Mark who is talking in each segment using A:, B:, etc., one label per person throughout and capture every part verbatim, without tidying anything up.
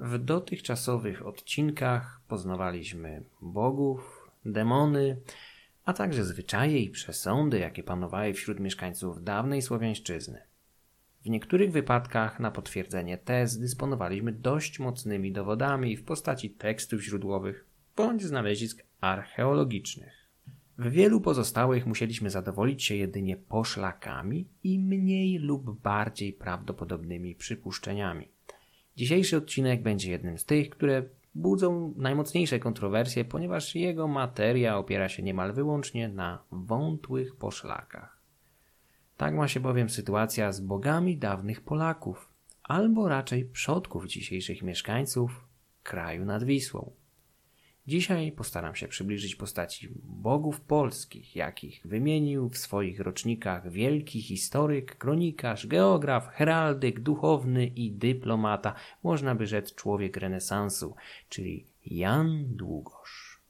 A: W dotychczasowych odcinkach poznawaliśmy bogów, demony, a także zwyczaje i przesądy, jakie panowały wśród mieszkańców dawnej Słowiańszczyzny. W niektórych wypadkach na potwierdzenie tez dysponowaliśmy dość mocnymi dowodami w postaci tekstów źródłowych bądź znalezisk archeologicznych. W wielu pozostałych musieliśmy zadowolić się jedynie poszlakami i mniej lub bardziej prawdopodobnymi przypuszczeniami. Dzisiejszy odcinek będzie jednym z tych, które budzą najmocniejsze kontrowersje, ponieważ jego materia opiera się niemal wyłącznie na wątłych poszlakach. Tak ma się bowiem sytuacja z bogami dawnych Polaków, albo raczej przodków dzisiejszych mieszkańców kraju nad Wisłą. Dzisiaj postaram się przybliżyć postaci bogów polskich, jakich wymienił w swoich rocznikach wielki historyk, kronikarz, geograf, heraldyk, duchowny i dyplomata, można by rzec człowiek renesansu, czyli Jan Długosz.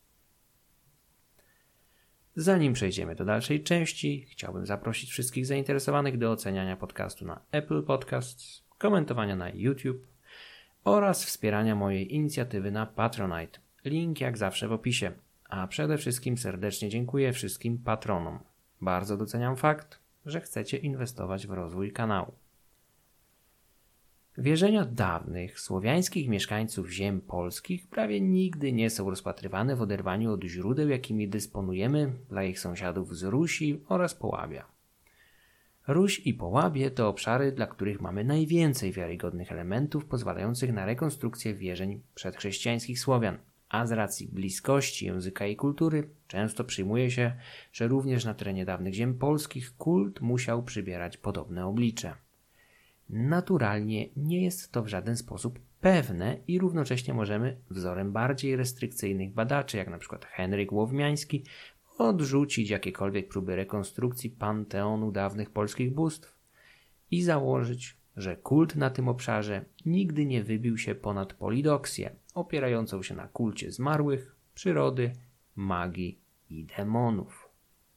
A: Zanim przejdziemy do dalszej części, chciałbym zaprosić wszystkich zainteresowanych do oceniania podcastu na Apple Podcasts, komentowania na YouTube oraz wspierania mojej inicjatywy na Patronite. Link jak zawsze w opisie, a przede wszystkim serdecznie dziękuję wszystkim patronom. Bardzo doceniam fakt, że chcecie inwestować w rozwój kanału. Wierzenia dawnych, słowiańskich mieszkańców ziem polskich prawie nigdy nie są rozpatrywane w oderwaniu od źródeł, jakimi dysponujemy dla ich sąsiadów z Rusi oraz Połabia. Ruś i Połabie to obszary, dla których mamy najwięcej wiarygodnych elementów pozwalających na rekonstrukcję wierzeń przedchrześcijańskich Słowian, a z racji bliskości języka i kultury często przyjmuje się, że również na terenie dawnych ziem polskich kult musiał przybierać podobne oblicze. Naturalnie nie jest to w żaden sposób pewne i równocześnie możemy wzorem bardziej restrykcyjnych badaczy, jak np. Henryk Łowmiański, odrzucić jakiekolwiek próby rekonstrukcji panteonu dawnych polskich bóstw i założyć, że kult na tym obszarze nigdy nie wybił się ponad polidoksję, opierającą się na kulcie zmarłych, przyrody, magii i demonów.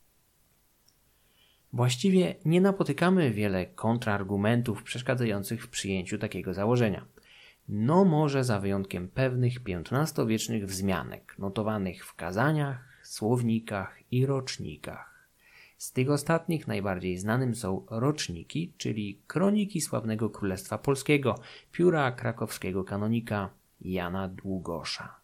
A: Właściwie nie napotykamy wiele kontrargumentów przeszkadzających w przyjęciu takiego założenia. No może za wyjątkiem pewnych piętnastowiecznych wzmianek notowanych w kazaniach, słownikach i rocznikach. Z tych ostatnich najbardziej znanym są roczniki, czyli kroniki sławnego Królestwa Polskiego, pióra krakowskiego kanonika Jana Długosza.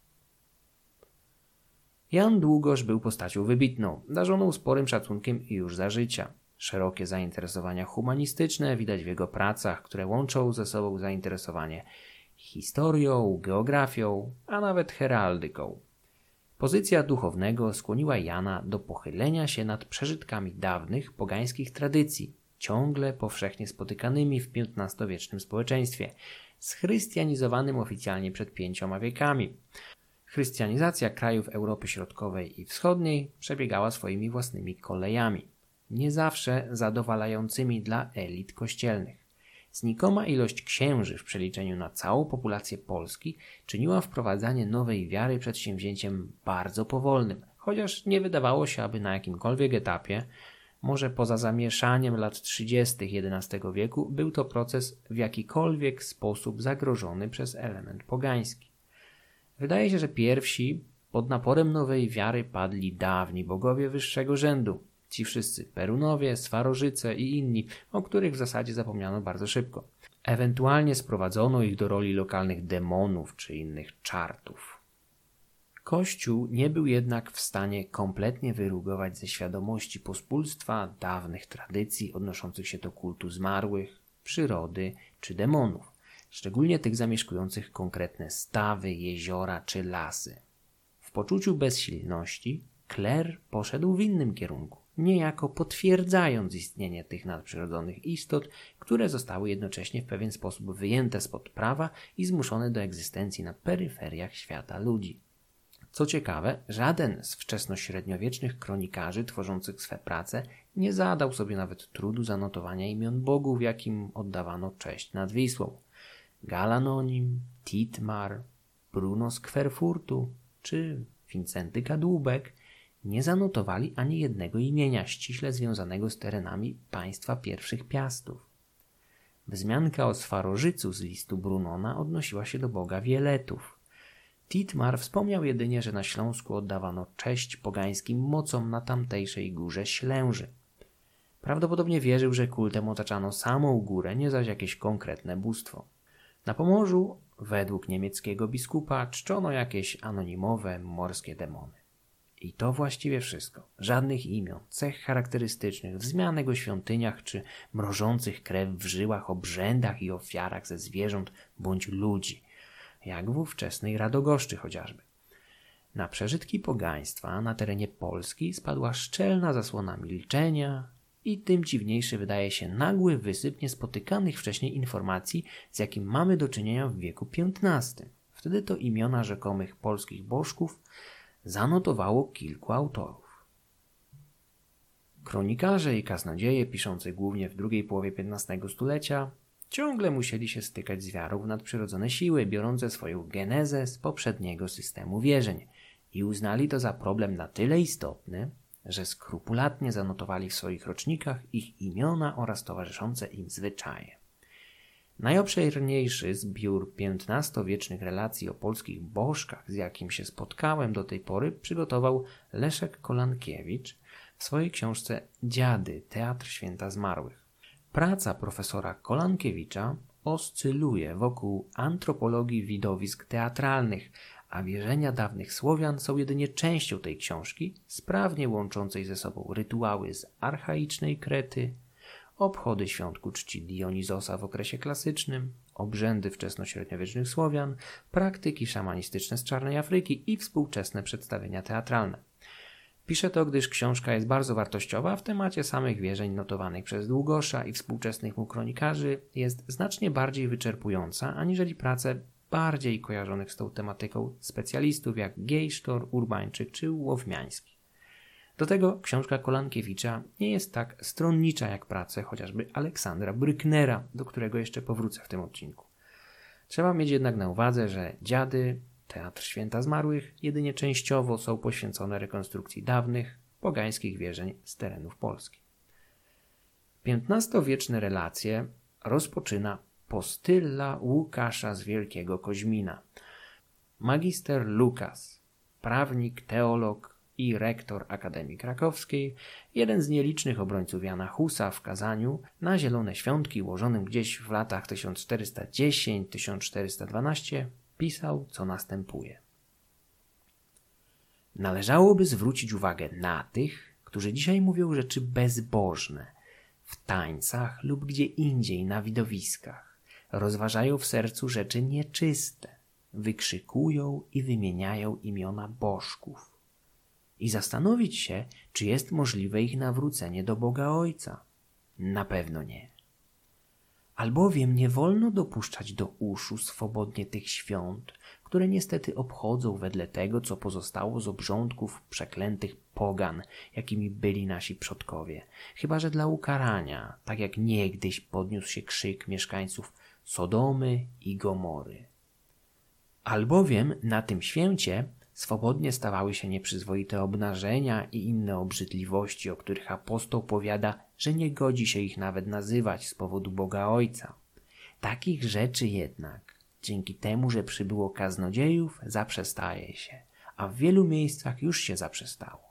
A: Jan Długosz był postacią wybitną, darzoną sporym szacunkiem i już za życia. Szerokie zainteresowania humanistyczne widać w jego pracach, które łączą ze sobą zainteresowanie historią, geografią, a nawet heraldyką. Pozycja duchownego skłoniła Jana do pochylenia się nad przeżytkami dawnych, pogańskich tradycji, ciągle powszechnie spotykanymi w piętnastowiecznym społeczeństwie, schrystianizowanym oficjalnie przed pięcioma wiekami. Chrystianizacja krajów Europy Środkowej i Wschodniej przebiegała swoimi własnymi kolejami, nie zawsze zadowalającymi dla elit kościelnych. Znikoma ilość księży w przeliczeniu na całą populację Polski czyniła wprowadzanie nowej wiary przedsięwzięciem bardzo powolnym, chociaż nie wydawało się, aby na jakimkolwiek etapie, może poza zamieszaniem lat trzydziestych jedenastego wieku, był to proces w jakikolwiek sposób zagrożony przez element pogański. Wydaje się, że pierwsi pod naporem nowej wiary padli dawni bogowie wyższego rzędu, ci wszyscy Perunowie, Swarożyce i inni, o których w zasadzie zapomniano bardzo szybko. Ewentualnie sprowadzono ich do roli lokalnych demonów czy innych czartów. Kościół nie był jednak w stanie kompletnie wyrugować ze świadomości pospólstwa dawnych tradycji odnoszących się do kultu zmarłych, przyrody czy demonów, szczególnie tych zamieszkujących konkretne stawy, jeziora czy lasy. W poczuciu bezsilności kler poszedł w innym kierunku, niejako potwierdzając istnienie tych nadprzyrodzonych istot, które zostały jednocześnie w pewien sposób wyjęte spod prawa i zmuszone do egzystencji na peryferiach świata ludzi. Co ciekawe, żaden z wczesnośredniowiecznych kronikarzy tworzących swe prace nie zadał sobie nawet trudu zanotowania imion bogów, jakim oddawano cześć nad Wisłą. Galanonim, Titmar, Bruno z Kwerfurtu czy Wincenty Kadłubek nie zanotowali ani jednego imienia ściśle związanego z terenami państwa pierwszych Piastów. Wzmianka o Swarożycu z listu Brunona odnosiła się do boga Wieletów. Titmar wspomniał jedynie, że na Śląsku oddawano cześć pogańskim mocom na tamtejszej górze Ślęży. Prawdopodobnie wierzył, że kultem otaczano samą górę, nie zaś jakieś konkretne bóstwo. Na Pomorzu, według niemieckiego biskupa, czczono jakieś anonimowe morskie demony. I to właściwie wszystko. Żadnych imion, cech charakterystycznych, wzmianek o świątyniach czy mrożących krew w żyłach obrzędach i ofiarach ze zwierząt bądź ludzi, jak w ówczesnej Radogoszczy chociażby. Na przeżytki pogaństwa na terenie Polski spadła szczelna zasłona milczenia i tym dziwniejszy wydaje się nagły wysyp niespotykanych wcześniej informacji, z jakim mamy do czynienia w wieku piętnastym. Wtedy to imiona rzekomych polskich bożków zanotowało kilku autorów. Kronikarze i kaznodzieje piszący głównie w drugiej połowie piętnastego stulecia ciągle musieli się stykać z wiarą w nadprzyrodzone siły, biorące swoją genezę z poprzedniego systemu wierzeń i uznali to za problem na tyle istotny, że skrupulatnie zanotowali w swoich rocznikach ich imiona oraz towarzyszące im zwyczaje. Najobszerniejszy zbiór piętnastowiecznych relacji o polskich bożkach, z jakim się spotkałem do tej pory, przygotował Leszek Kolankiewicz w swojej książce Dziady – Teatr Święta Zmarłych. Praca profesora Kolankiewicza oscyluje wokół antropologii widowisk teatralnych, a wierzenia dawnych Słowian są jedynie częścią tej książki, sprawnie łączącej ze sobą rytuały z archaicznej Krety, obchody świąt ku czci Dionizosa w okresie klasycznym, obrzędy wczesnośredniowiecznych Słowian, praktyki szamanistyczne z czarnej Afryki i współczesne przedstawienia teatralne. Piszę to, gdyż książka jest bardzo wartościowa w temacie samych wierzeń notowanych przez Długosza i współczesnych mu kronikarzy, jest znacznie bardziej wyczerpująca aniżeli prace bardziej kojarzonych z tą tematyką specjalistów jak Gejsztor, Urbańczyk czy Łowmiański. Do tego książka Kolankiewicza nie jest tak stronnicza jak prace chociażby Aleksandra Brücknera, do którego jeszcze powrócę w tym odcinku. Trzeba mieć jednak na uwadze, że Dziady, Teatr Święta Zmarłych jedynie częściowo są poświęcone rekonstrukcji dawnych, pogańskich wierzeń z terenów Polski. piętnastowieczne relacje rozpoczyna postylla Łukasza z Wielkiego Koźmina. Magister Lukas, prawnik, teolog i rektor Akademii Krakowskiej, jeden z nielicznych obrońców Jana Husa w kazaniu na Zielone Świątki ułożonym gdzieś w latach tysiąc czterysta dziesiąt do tysiąc czterysta dwanaście, pisał, co następuje. Należałoby zwrócić uwagę na tych, którzy dzisiaj mówią rzeczy bezbożne, w tańcach lub gdzie indziej na widowiskach, rozważają w sercu rzeczy nieczyste, wykrzykują i wymieniają imiona bożków i zastanowić się, czy jest możliwe ich nawrócenie do Boga Ojca. Na pewno nie. Albowiem nie wolno dopuszczać do uszu swobodnie tych świąt, które niestety obchodzą wedle tego, co pozostało z obrządków przeklętych pogan, jakimi byli nasi przodkowie, chyba że dla ukarania, tak jak niegdyś podniósł się krzyk mieszkańców Sodomy i Gomory. Albowiem na tym święcie swobodnie stawały się nieprzyzwoite obnażenia i inne obrzydliwości, o których apostoł powiada, że nie godzi się ich nawet nazywać z powodu Boga Ojca. Takich rzeczy jednak, dzięki temu, że przybyło kaznodziejów, zaprzestaje się, a w wielu miejscach już się zaprzestało.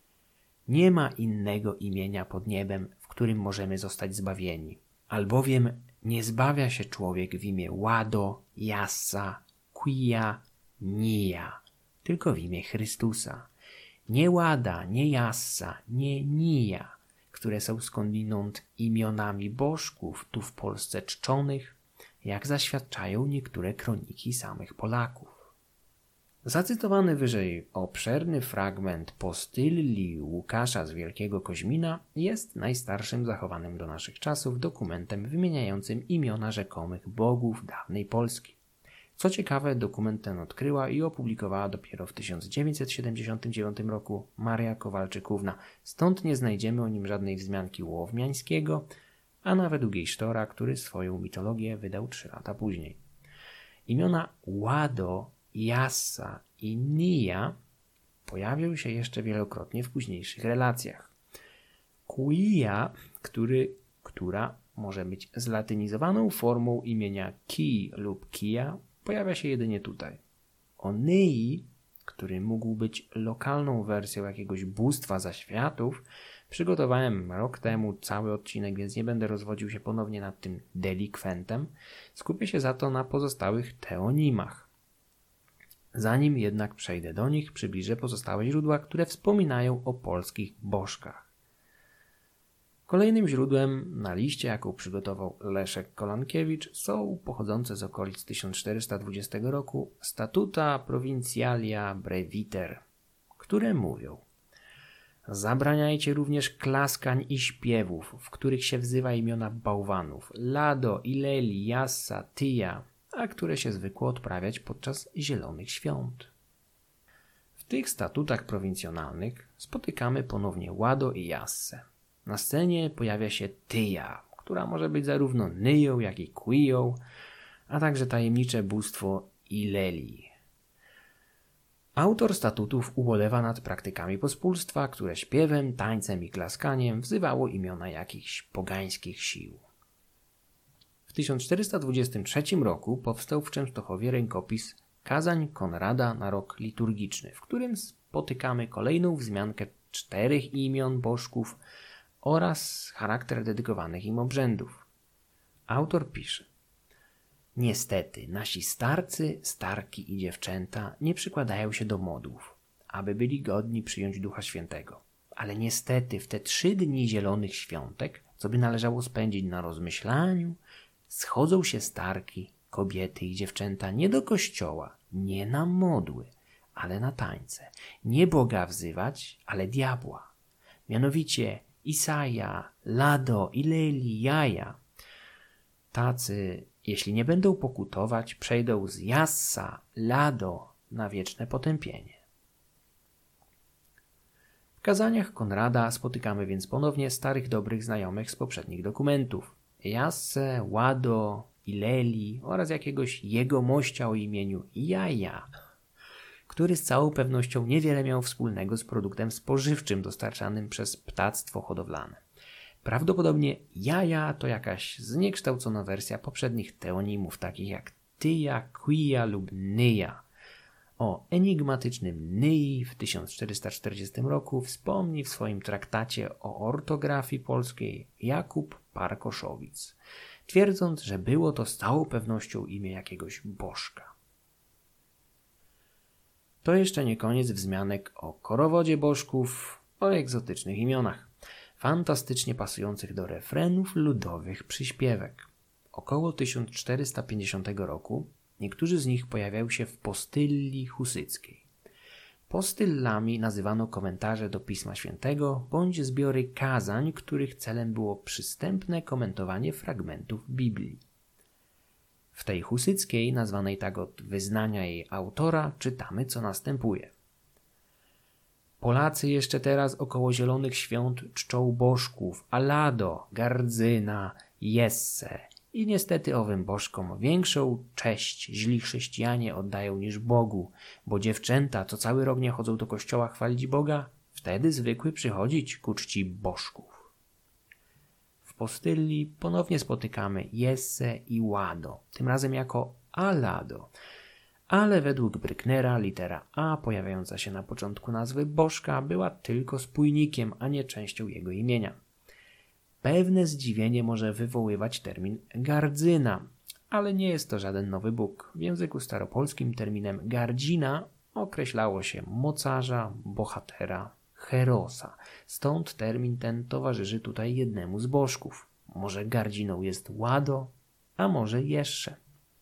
A: Nie ma innego imienia pod niebem, w którym możemy zostać zbawieni, albowiem nie zbawia się człowiek w imię Łado, Jassa, Quia, Nia, tylko w imię Chrystusa. Nie Łada, nie Jassa, nie Nia, które są skądinąd imionami bożków tu w Polsce czczonych, jak zaświadczają niektóre kroniki samych Polaków. Zacytowany wyżej obszerny fragment postylli Łukasza z Wielkiego Koźmina jest najstarszym zachowanym do naszych czasów dokumentem wymieniającym imiona rzekomych bogów dawnej Polski. Co ciekawe, dokument ten odkryła i opublikowała dopiero w tysiąc dziewięćset siedemdziesiątym dziewiątym roku Maria Kowalczykówna, stąd nie znajdziemy o nim żadnej wzmianki Łowmiańskiego, a nawet u Gejsztora, który swoją mitologię wydał trzy lata później. Imiona Łado, Jassa i Nia pojawią się jeszcze wielokrotnie w późniejszych relacjach. Quia, który, która może być zlatynizowaną formą imienia Ki lub Kia, pojawia się jedynie tutaj. O Nyi, który mógł być lokalną wersją jakiegoś bóstwa zaświatów, przygotowałem rok temu cały odcinek, więc nie będę rozwodził się ponownie nad tym delikwentem. Skupię się za to na pozostałych teonimach. Zanim jednak przejdę do nich, przybliżę pozostałe źródła, które wspominają o polskich bożkach. Kolejnym źródłem na liście, jaką przygotował Leszek Kolankiewicz, są pochodzące z okolic tysiąc czterysta dwudziestego roku Statuta Provincialia Breviter, które mówią: zabraniajcie również klaskań i śpiewów, w których się wzywa imiona bałwanów, Lado, Ileli, Jassa, Tyja, a które się zwykło odprawiać podczas zielonych świąt. W tych statutach prowincjonalnych spotykamy ponownie Łado i Jassę. Na scenie pojawia się Tyja, która może być zarówno Nyją, jak i Quiją, a także tajemnicze bóstwo Ileli. Autor statutów ubolewa nad praktykami pospólstwa, które śpiewem, tańcem i klaskaniem wzywało imiona jakichś pogańskich sił. W tysiąc czterysta dwudziestym trzecim roku powstał w Częstochowie rękopis Kazań Konrada na rok liturgiczny, w którym spotykamy kolejną wzmiankę czterech imion bożków oraz charakter dedykowanych im obrzędów. Autor pisze: niestety nasi starcy, starki i dziewczęta nie przykładają się do modłów, aby byli godni przyjąć Ducha Świętego. Ale niestety w te trzy dni zielonych świątek, co by należało spędzić na rozmyślaniu, schodzą się starki, kobiety i dziewczęta nie do kościoła, nie na modły, ale na tańce. Nie Boga wzywać, ale diabła. Mianowicie Isaja, Lado, Ileli, Jaja. Tacy, jeśli nie będą pokutować, przejdą z Jassa, Lado na wieczne potępienie. W kazaniach Konrada spotykamy więc ponownie starych dobrych znajomych z poprzednich dokumentów. Jassę, Łado, Ileli oraz jakiegoś jegomościa o imieniu Jaja, który z całą pewnością niewiele miał wspólnego z produktem spożywczym dostarczanym przez ptactwo hodowlane. Prawdopodobnie Jaja to jakaś zniekształcona wersja poprzednich teonimów, takich jak Tyja, Quija lub Nyja. O enigmatycznym Nyi w tysiąc czterysta czterdziestym roku wspomni w swoim traktacie o ortografii polskiej Jakub Parkoszowic, twierdząc, że było to z całą pewnością imię jakiegoś bożka. To jeszcze nie koniec wzmianek o korowodzie bożków, o egzotycznych imionach, fantastycznie pasujących do refrenów ludowych przyśpiewek. Około tysiąc czterysta pięćdziesiątego roku niektórzy z nich pojawiają się w postylli husyckiej. Postyllami nazywano komentarze do Pisma Świętego bądź zbiory kazań, których celem było przystępne komentowanie fragmentów Biblii. W tej husyckiej, nazwanej tak od wyznania jej autora, czytamy, co następuje. Polacy jeszcze teraz około zielonych świąt czczą bożków, Alado, Gardzyna, Jessę i niestety owym bożkom większą cześć źli chrześcijanie oddają niż Bogu, bo dziewczęta, co cały rok nie chodzą do kościoła chwalić Boga, wtedy zwykły przychodzić ku czci bożków. W postylli ponownie spotykamy Jessę i Łado, tym razem jako Alado, ale według Brücknera litera A pojawiająca się na początku nazwy bożka była tylko spójnikiem, a nie częścią jego imienia. Pewne zdziwienie może wywoływać termin gardzyna, ale nie jest to żaden nowy Bóg. W języku staropolskim terminem gardzina określało się mocarza, bohatera, herosa. Stąd termin ten towarzyszy tutaj jednemu z bożków. Może gardziną jest Łado, a może jeszcze.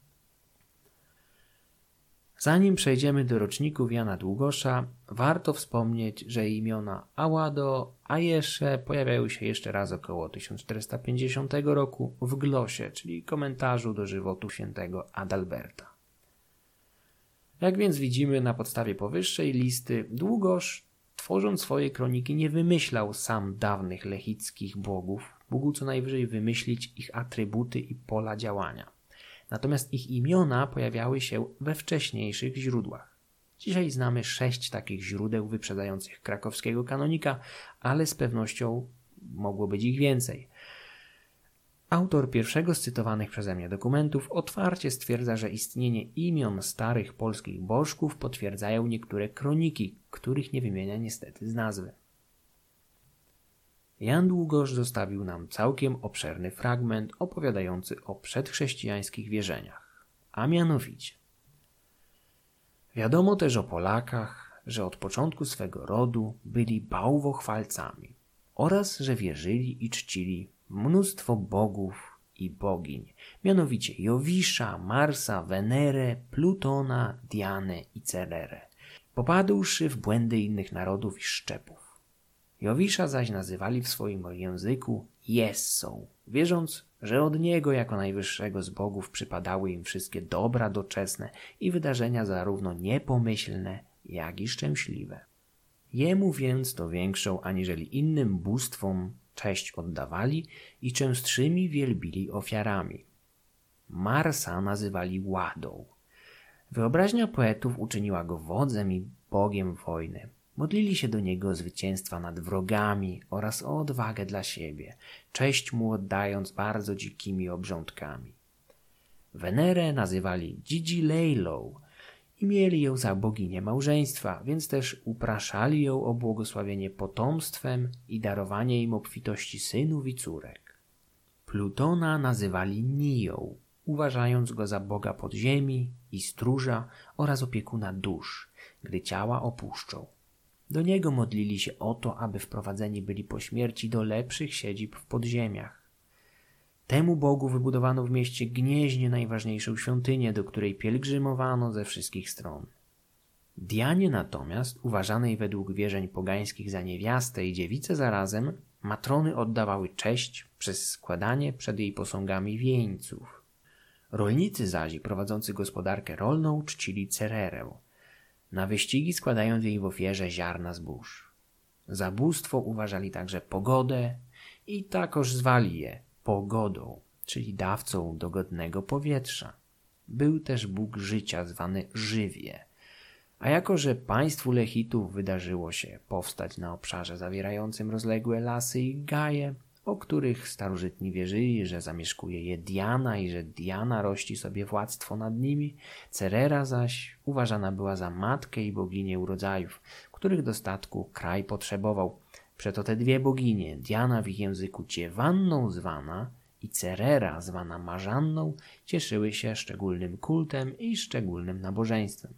A: Zanim przejdziemy do roczników Jana Długosza, warto wspomnieć, że imiona Ałado, a jeszcze pojawiają się jeszcze raz około tysiąc czterysta pięćdziesiątego roku w glosie, czyli komentarzu do żywotu świętego Adalberta. Jak więc widzimy na podstawie powyższej listy, Długosz, tworząc swoje kroniki, nie wymyślał sam dawnych lechickich bogów, mógł co najwyżej wymyślić ich atrybuty i pola działania. Natomiast ich imiona pojawiały się we wcześniejszych źródłach. Dzisiaj znamy sześć takich źródeł wyprzedzających krakowskiego kanonika, ale z pewnością mogło być ich więcej. Autor pierwszego z cytowanych przeze mnie dokumentów otwarcie stwierdza, że istnienie imion starych polskich bożków potwierdzają niektóre kroniki, których nie wymienia niestety z nazwy. Jan Długosz zostawił nam całkiem obszerny fragment opowiadający o przedchrześcijańskich wierzeniach, a mianowicie: wiadomo też o Polakach, że od początku swego rodu byli bałwochwalcami oraz że wierzyli i czcili mnóstwo bogów i bogiń, mianowicie Jowisza, Marsa, Wenerę, Plutona, Dianę i Cererę, popadłszy w błędy innych narodów i szczepów. Jowisza zaś nazywali w swoim języku Jessą, wierząc, że od niego jako najwyższego z bogów przypadały im wszystkie dobra doczesne i wydarzenia zarówno niepomyślne, jak i szczęśliwe. Jemu więc to większą aniżeli innym bóstwom cześć oddawali i częstszymi wielbili ofiarami. Marsa nazywali Ładą. Wyobraźnia poetów uczyniła go wodzem i bogiem wojny. Modlili się do niego o zwycięstwa nad wrogami oraz o odwagę dla siebie, cześć mu oddając bardzo dzikimi obrządkami. Wenerę nazywali Dzidzi-Lejlą i mieli ją za boginię małżeństwa, więc też upraszali ją o błogosławienie potomstwem i darowanie im obfitości synów i córek. Plutona nazywali Niją, uważając go za boga podziemi i stróża oraz opiekuna dusz, gdy ciała opuszczą. Do niego modlili się o to, aby wprowadzeni byli po śmierci do lepszych siedzib w podziemiach. Temu Bogu wybudowano w mieście Gnieźnie najważniejszą świątynię, do której pielgrzymowano ze wszystkich stron. Dianie natomiast, uważanej według wierzeń pogańskich za niewiastę i dziewicę zarazem, matrony oddawały cześć przez składanie przed jej posągami wieńców. Rolnicy zaś prowadzący gospodarkę rolną czcili Cererę, na wyścigi składając jej w ofierze ziarna zbóż. Za bóstwo uważali także pogodę i takoż zwali je pogodą, czyli dawcą dogodnego powietrza. Był też Bóg życia zwany Żywie, a jako że państwu Lechitów wydarzyło się powstać na obszarze zawierającym rozległe lasy i gaje, o których starożytni wierzyli, że zamieszkuje je Diana i że Diana rości sobie władztwo nad nimi, Cerera zaś uważana była za matkę i boginię urodzajów, których dostatku kraj potrzebował. Przeto te dwie boginie, Diana w ich języku Dziewanną zwana i Cerera zwana Marzanną, cieszyły się szczególnym kultem i szczególnym nabożeństwem.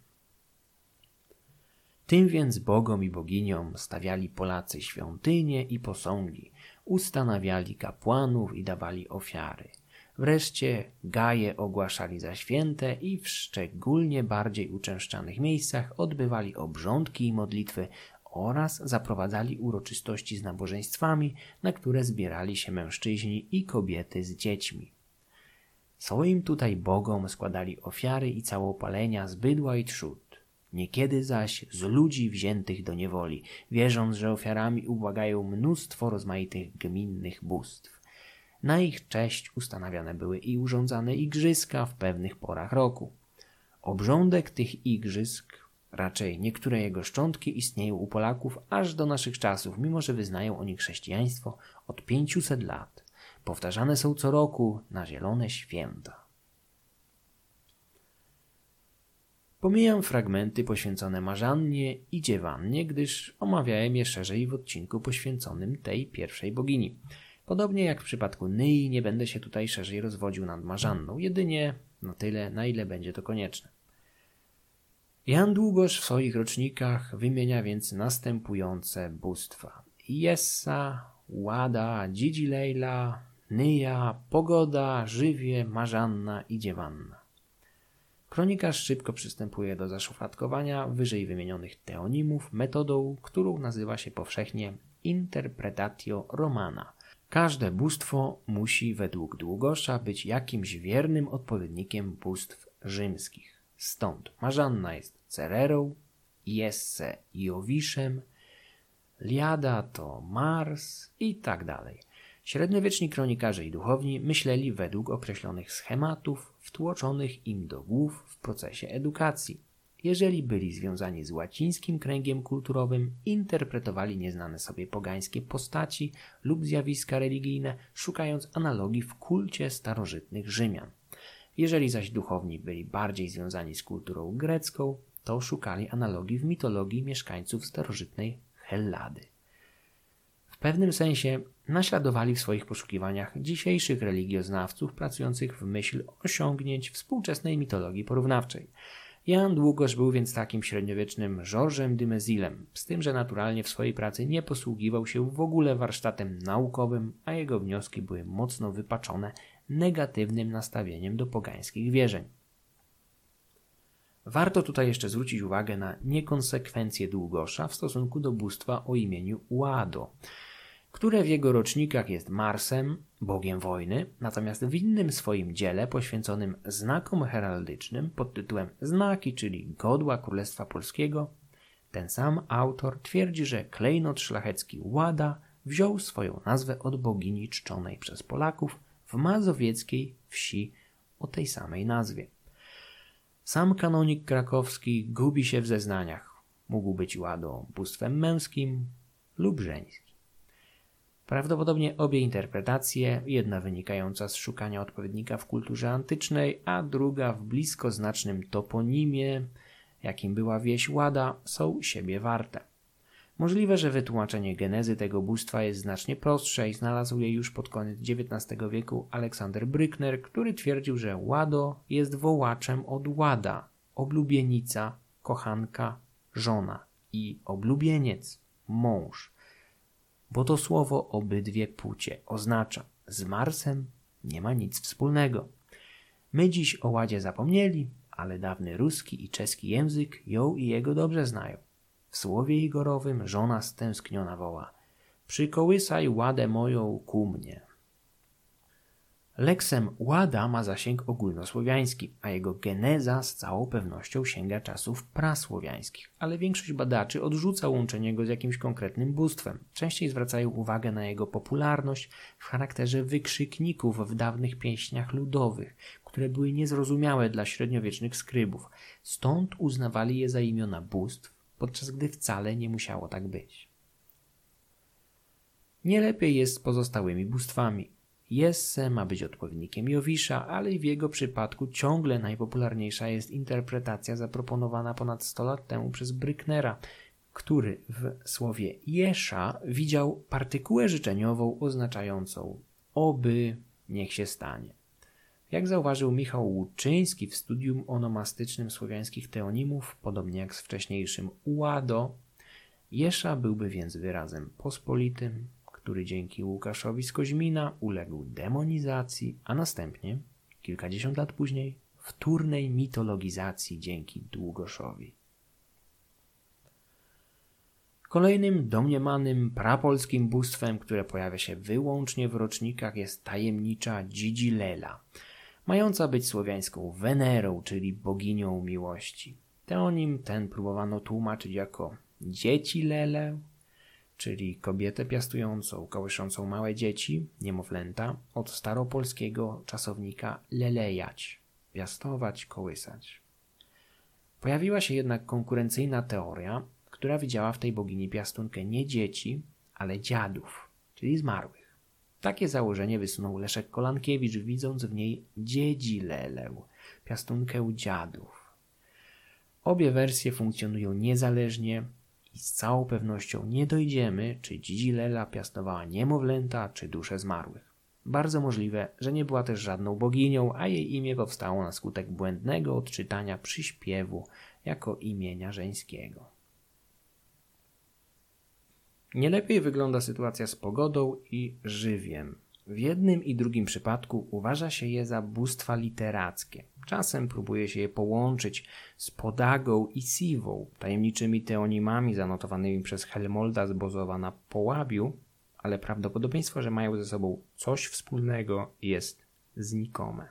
A: Tym więc bogom i boginiom stawiali Polacy świątynie i posągi, ustanawiali kapłanów i dawali ofiary. Wreszcie gaje ogłaszali za święte i w szczególnie bardziej uczęszczanych miejscach odbywali obrządki i modlitwy oraz zaprowadzali uroczystości z nabożeństwami, na które zbierali się mężczyźni i kobiety z dziećmi. Swoim tutaj bogom składali ofiary i całopalenia z bydła i trzód. Niekiedy zaś z ludzi wziętych do niewoli, wierząc, że ofiarami ubłagają mnóstwo rozmaitych gminnych bóstw. Na ich cześć ustanawiane były i urządzane igrzyska w pewnych porach roku. Obrządek tych igrzysk, raczej niektóre jego szczątki, istnieją u Polaków aż do naszych czasów, mimo że wyznają oni chrześcijaństwo od pięciuset lat. Powtarzane są co roku na zielone święta. Pomijam fragmenty poświęcone Marzannie i Dziewannie, gdyż omawiałem je szerzej w odcinku poświęconym tej pierwszej bogini. Podobnie jak w przypadku Nyi nie będę się tutaj szerzej rozwodził nad Marzanną, jedynie na tyle, na ile będzie to konieczne. Jan Długosz w swoich rocznikach wymienia więc następujące bóstwa: Jessa, Łada, Dzidzi-Lejla, Nyja, Pogoda, Żywie, Marzanna i Dziewanna. Kronikarz szybko przystępuje do zaszufladkowania wyżej wymienionych teonimów metodą, którą nazywa się powszechnie interpretatio romana. Każde bóstwo musi według Długosza być jakimś wiernym odpowiednikiem bóstw rzymskich. Stąd Marzanna jest Cererą, Jesse Jowiszem, Liada to Mars i tak dalej. Średniowieczni kronikarze i duchowni myśleli według określonych schematów wtłoczonych im do głów w procesie edukacji. Jeżeli byli związani z łacińskim kręgiem kulturowym, interpretowali nieznane sobie pogańskie postaci lub zjawiska religijne, szukając analogii w kulcie starożytnych Rzymian. Jeżeli zaś duchowni byli bardziej związani z kulturą grecką, to szukali analogii w mitologii mieszkańców starożytnej Hellady. W pewnym sensie naśladowali w swoich poszukiwaniach dzisiejszych religioznawców pracujących w myśl osiągnięć współczesnej mitologii porównawczej. Jan Długosz był więc takim średniowiecznym Georgesem de Mézilem, z tym, że naturalnie w swojej pracy nie posługiwał się w ogóle warsztatem naukowym, a jego wnioski były mocno wypaczone negatywnym nastawieniem do pogańskich wierzeń. Warto tutaj jeszcze zwrócić uwagę na niekonsekwencje Długosza w stosunku do bóstwa o imieniu Uado, które w jego rocznikach jest Marsem, bogiem wojny, natomiast w innym swoim dziele poświęconym znakom heraldycznym pod tytułem Znaki, czyli Godła Królestwa Polskiego, ten sam autor twierdzi, że klejnot szlachecki Łada wziął swoją nazwę od bogini czczonej przez Polaków w mazowieckiej wsi o tej samej nazwie. Sam kanonik krakowski gubi się w zeznaniach. Mógł być Łado bóstwem męskim lub żeńskim. Prawdopodobnie obie interpretacje, jedna wynikająca z szukania odpowiednika w kulturze antycznej, a druga w bliskoznacznym toponimie, jakim była wieś Łada, są siebie warte. Możliwe, że wytłumaczenie genezy tego bóstwa jest znacznie prostsze i znalazł je już pod koniec dziewiętnastego wieku Aleksander Brückner, który twierdził, że Łado jest wołaczem od Łada, oblubienica, kochanka, żona i oblubieniec, mąż. Bo to słowo obydwie płcie oznacza: z Marsem nie ma nic wspólnego. My dziś o Ładzie zapomnieli, ale dawny ruski i czeski język ją i jego dobrze znają. W słowie igorowym żona stęskniona woła: przykołysaj Ładę moją ku mnie. Leksem Łada ma zasięg ogólnosłowiański, a jego geneza z całą pewnością sięga czasów prasłowiańskich, ale większość badaczy odrzuca łączenie go z jakimś konkretnym bóstwem. Częściej zwracają uwagę na jego popularność w charakterze wykrzykników w dawnych pieśniach ludowych, które były niezrozumiałe dla średniowiecznych skrybów. Stąd uznawali je za imiona bóstw, podczas gdy wcale nie musiało tak być. Nie lepiej jest z pozostałymi bóstwami. Jesse ma być odpowiednikiem Jowisza, ale i w jego przypadku ciągle najpopularniejsza jest interpretacja zaproponowana ponad sto lat temu przez Brücknera, który w słowie Jesza widział partykułę życzeniową oznaczającą oby, niech się stanie. Jak zauważył Michał Łuczyński w studium onomastycznym słowiańskich teonimów, podobnie jak z wcześniejszym Uado, Jesza byłby więc wyrazem pospolitym, który dzięki Łukaszowi z Koźmina uległ demonizacji, a następnie, kilkadziesiąt lat później, wtórnej mitologizacji dzięki Długoszowi. Kolejnym domniemanym prapolskim bóstwem, które pojawia się wyłącznie w rocznikach, jest tajemnicza Dzidzilela, mająca być słowiańską Wenerą, czyli boginią miłości. Teonim ten próbowano tłumaczyć jako Dziecilelę, czyli kobietę piastującą, kołyszącą małe dzieci, niemowlęta, od staropolskiego czasownika lelejać, piastować, kołysać. Pojawiła się jednak konkurencyjna teoria, która widziała w tej bogini piastunkę nie dzieci, ale dziadów, czyli zmarłych. Takie założenie wysunął Leszek Kolankiewicz, widząc w niej Dziedzilelę, piastunkę dziadów. Obie wersje funkcjonują niezależnie i z całą pewnością nie dojdziemy, czy Dzidzilela piastowała niemowlęta, czy dusze zmarłych. Bardzo możliwe, że nie była też żadną boginią, a jej imię powstało na skutek błędnego odczytania przyśpiewu jako imienia żeńskiego. Nie lepiej wygląda sytuacja z pogodą i żywiem. W jednym i drugim przypadku uważa się je za bóstwa literackie. Czasem próbuje się je połączyć z Podagą i Siwą, tajemniczymi teonimami zanotowanymi przez Helmolda z Bozowa na Połabiu, ale prawdopodobieństwo, że mają ze sobą coś wspólnego, jest znikome.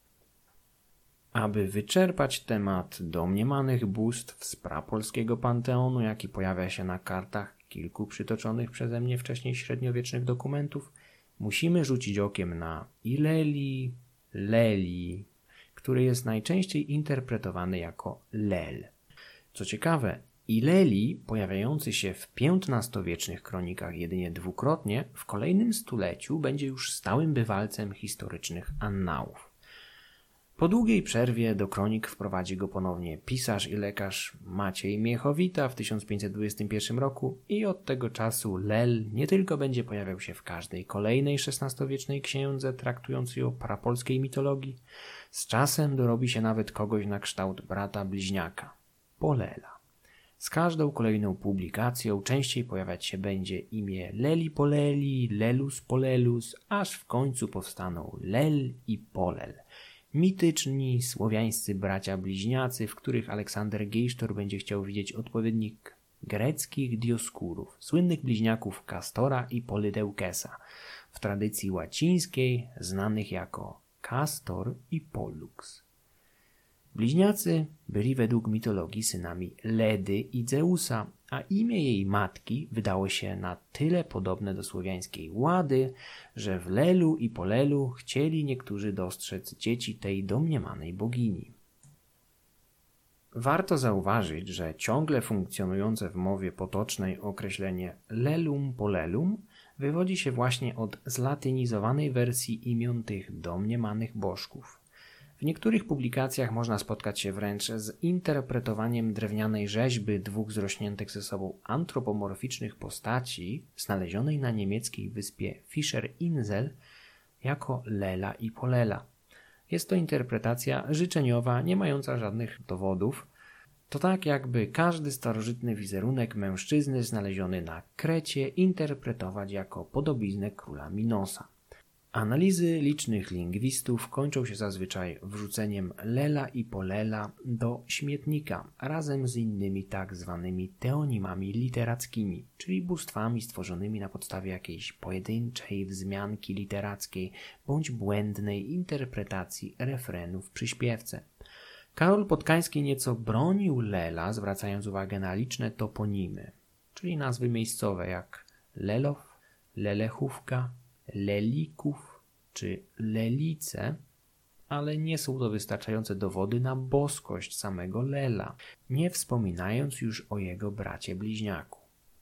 A: Aby wyczerpać temat domniemanych bóstw z prapolskiego panteonu, jaki pojawia się na kartach kilku przytoczonych przeze mnie wcześniej średniowiecznych dokumentów, musimy rzucić okiem na Ileli, Leli, który jest najczęściej interpretowany jako Lel. Co ciekawe, Ileli, pojawiający się w piętnastowiecznych kronikach jedynie dwukrotnie, w kolejnym stuleciu będzie już stałym bywalcem historycznych annałów. Po długiej przerwie do kronik wprowadzi go ponownie pisarz i lekarz Maciej Miechowita w tysiąc pięćset dwudziestym pierwszym roku i od tego czasu Lel nie tylko będzie pojawiał się w każdej kolejnej szesnastowiecznej księdze traktującej o prapolskiej mitologii, z czasem dorobi się nawet kogoś na kształt brata bliźniaka, Polela. Z każdą kolejną publikacją częściej pojawiać się będzie imię Leli Poleli, Lelus Polelus, aż w końcu powstaną Lel i Polel. Mityczni, słowiańscy bracia bliźniacy, w których Aleksander Geisztor będzie chciał widzieć odpowiednik greckich Dioskurów, słynnych bliźniaków Kastora i Polydeukesa, w tradycji łacińskiej znanych jako Castor i Pollux. Bliźniacy byli według mitologii synami Ledy i Zeusa, a imię jej matki wydało się na tyle podobne do słowiańskiej Łady, że w Lelu i Polelu chcieli niektórzy dostrzec dzieci tej domniemanej bogini. Warto zauważyć, że ciągle funkcjonujące w mowie potocznej określenie Lelum Polelum wywodzi się właśnie od zlatynizowanej wersji imion tych domniemanych bożków. W niektórych publikacjach można spotkać się wręcz z interpretowaniem drewnianej rzeźby dwóch zrośniętych ze sobą antropomorficznych postaci znalezionej na niemieckiej wyspie Fischerinsel jako Lela i Polela. Jest to interpretacja życzeniowa, nie mająca żadnych dowodów. To tak jakby każdy starożytny wizerunek mężczyzny znaleziony na Krecie interpretować jako podobiznę króla Minosa. Analizy licznych lingwistów kończą się zazwyczaj wrzuceniem Lela i Polela do śmietnika razem z innymi tak zwanymi teonimami literackimi, czyli bóstwami stworzonymi na podstawie jakiejś pojedynczej wzmianki literackiej bądź błędnej interpretacji refrenu w przyśpiewce. Karol Podkański nieco bronił Lela, zwracając uwagę na liczne toponimy, czyli nazwy miejscowe jak Lelow, Lelechówka, Lelików czy Lelice, ale nie są to wystarczające dowody na boskość samego Lela, nie wspominając już o jego bracie bliźniaku.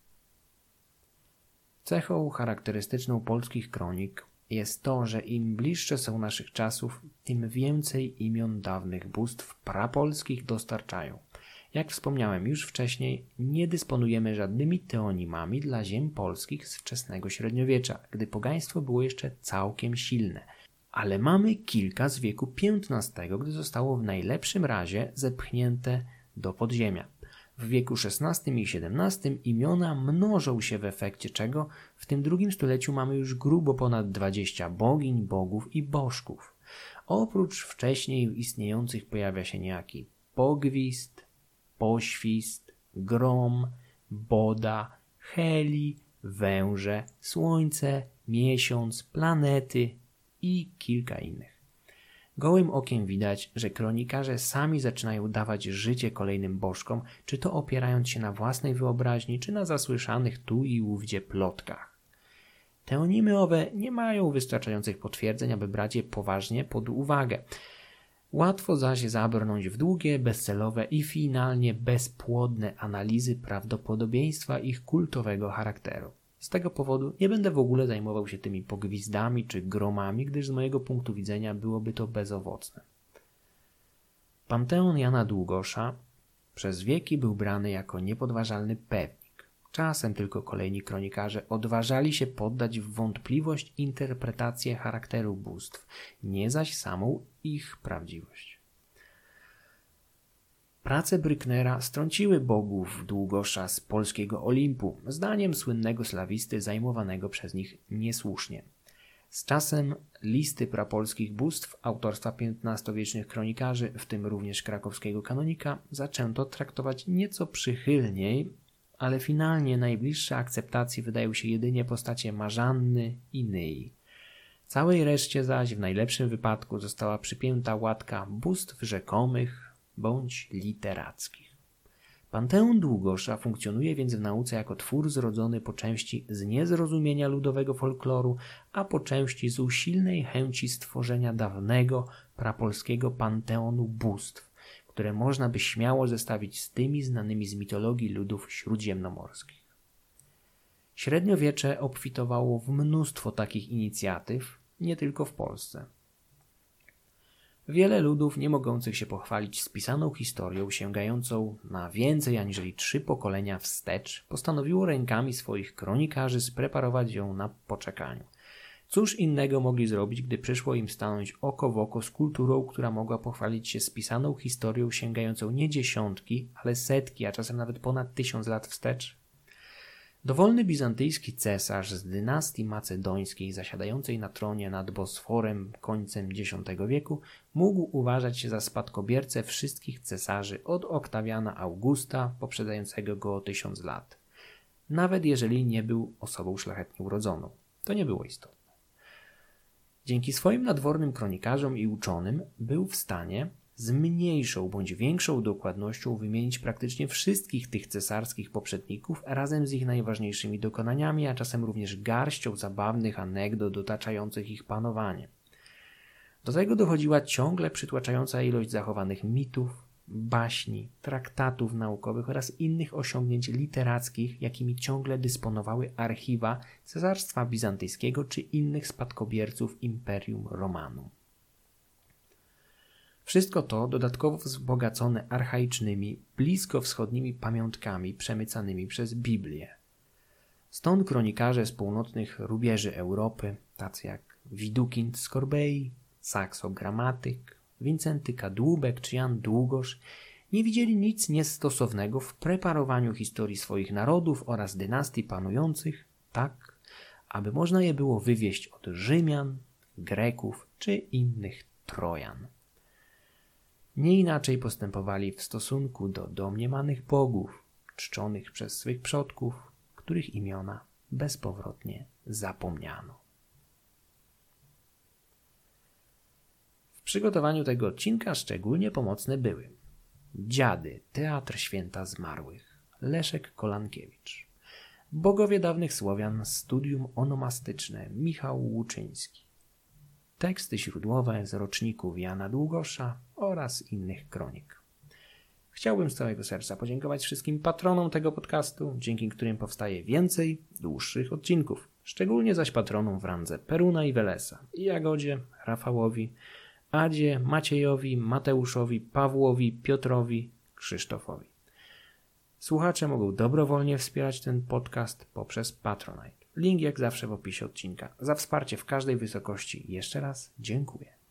A: Cechą charakterystyczną polskich kronik jest to, że im bliższe są naszych czasów, tym więcej imion dawnych bóstw prapolskich dostarczają. Jak wspomniałem już wcześniej, nie dysponujemy żadnymi teonimami dla ziem polskich z wczesnego średniowiecza, gdy pogaństwo było jeszcze całkiem silne. Ale mamy kilka z wieku piętnastego, gdy zostało w najlepszym razie zepchnięte do podziemia. W wieku szesnastym i siedemnastym imiona mnożą się, w efekcie czego w tym drugim stuleciu mamy już grubo ponad dwadzieścia bogiń, bogów i bożków. Oprócz wcześniej istniejących pojawia się niejaki Pogwizd, Poświst, Grom, Boda, Heli, Węże, Słońce, Miesiąc, planety i kilka innych. Gołym okiem widać, że kronikarze sami zaczynają dawać życie kolejnym bożkom, czy to opierając się na własnej wyobraźni, czy na zasłyszanych tu i ówdzie plotkach. Teonimy owe nie mają wystarczających potwierdzeń, aby brać je poważnie pod uwagę. Łatwo zaś zabrnąć w długie, bezcelowe i finalnie bezpłodne analizy prawdopodobieństwa ich kultowego charakteru. Z tego powodu nie będę w ogóle zajmował się tymi pogwizdami czy gromami, gdyż z mojego punktu widzenia byłoby to bezowocne. Panteon Jana Długosza przez wieki był brany jako niepodważalny pewnik. Czasem tylko kolejni kronikarze odważali się poddać w wątpliwość interpretację charakteru bóstw, nie zaś samą ich prawdziwość. Prace Brücknera strąciły bogów Długosza z polskiego Olimpu, zdaniem słynnego slawisty zajmowanego przez nich niesłusznie. Z czasem listy prapolskich bóstw autorstwa piętnastowiecznych kronikarzy, w tym również krakowskiego kanonika, zaczęto traktować nieco przychylniej, ale finalnie najbliższe akceptacji wydają się jedynie postacie Marzanny i Nyi. Całej reszcie zaś w najlepszym wypadku została przypięta łatka bóstw rzekomych bądź literackich. Panteon Długosza funkcjonuje więc w nauce jako twór zrodzony po części z niezrozumienia ludowego folkloru, a po części z usilnej chęci stworzenia dawnego, prapolskiego panteonu bóstw, które można by śmiało zestawić z tymi znanymi z mitologii ludów śródziemnomorskich. Średniowiecze obfitowało w mnóstwo takich inicjatyw, nie tylko w Polsce. Wiele ludów nie mogących się pochwalić spisaną historią sięgającą na więcej aniżeli trzy pokolenia wstecz postanowiło rękami swoich kronikarzy spreparować ją na poczekaniu. Cóż innego mogli zrobić, gdy przyszło im stanąć oko w oko z kulturą, która mogła pochwalić się spisaną historią sięgającą nie dziesiątki, ale setki, a czasem nawet ponad tysiąc lat wstecz? Dowolny bizantyjski cesarz z dynastii macedońskiej zasiadającej na tronie nad Bosforem końcem dziesiątego wieku mógł uważać się za spadkobiercę wszystkich cesarzy od Oktawiana Augusta poprzedzającego go o tysiąc lat. Nawet jeżeli nie był osobą szlachetnie urodzoną. To nie było istotne. Dzięki swoim nadwornym kronikarzom i uczonym był w stanie z mniejszą bądź większą dokładnością wymienić praktycznie wszystkich tych cesarskich poprzedników razem z ich najważniejszymi dokonaniami, a czasem również garścią zabawnych anegdot otaczających ich panowanie. Do tego dochodziła ciągle przytłaczająca ilość zachowanych mitów, baśni, traktatów naukowych oraz innych osiągnięć literackich, jakimi ciągle dysponowały archiwa Cesarstwa Bizantyjskiego czy innych spadkobierców Imperium Romanum. Wszystko to dodatkowo wzbogacone archaicznymi, bliskowschodnimi pamiątkami przemycanymi przez Biblię. Stąd kronikarze z północnych rubieży Europy, tacy jak Widukind z Korbei, Saxo Gramatyk, Wincenty Kadłubek czy Jan Długosz, nie widzieli nic niestosownego w preparowaniu historii swoich narodów oraz dynastii panujących tak, aby można je było wywieźć od Rzymian, Greków czy innych Trojan. Nie inaczej postępowali w stosunku do domniemanych bogów, czczonych przez swych przodków, których imiona bezpowrotnie zapomniano. W przygotowaniu tego odcinka szczególnie pomocne były Dziady, Teatr Święta Zmarłych, Leszek Kolankiewicz, Bogowie dawnych Słowian, Studium onomastyczne, Michał Łuczyński, teksty źródłowe z roczników Jana Długosza oraz innych kronik. Chciałbym z całego serca podziękować wszystkim patronom tego podcastu, dzięki którym powstaje więcej dłuższych odcinków, szczególnie zaś patronom w randze Peruna i Welesa, Jagodzie, Rafałowi, Adzie, Maciejowi, Mateuszowi, Pawłowi, Piotrowi, Krzysztofowi. Słuchacze mogą dobrowolnie wspierać ten podcast poprzez Patronite. Link jak zawsze w opisie odcinka. Za wsparcie w każdej wysokości jeszcze raz dziękuję.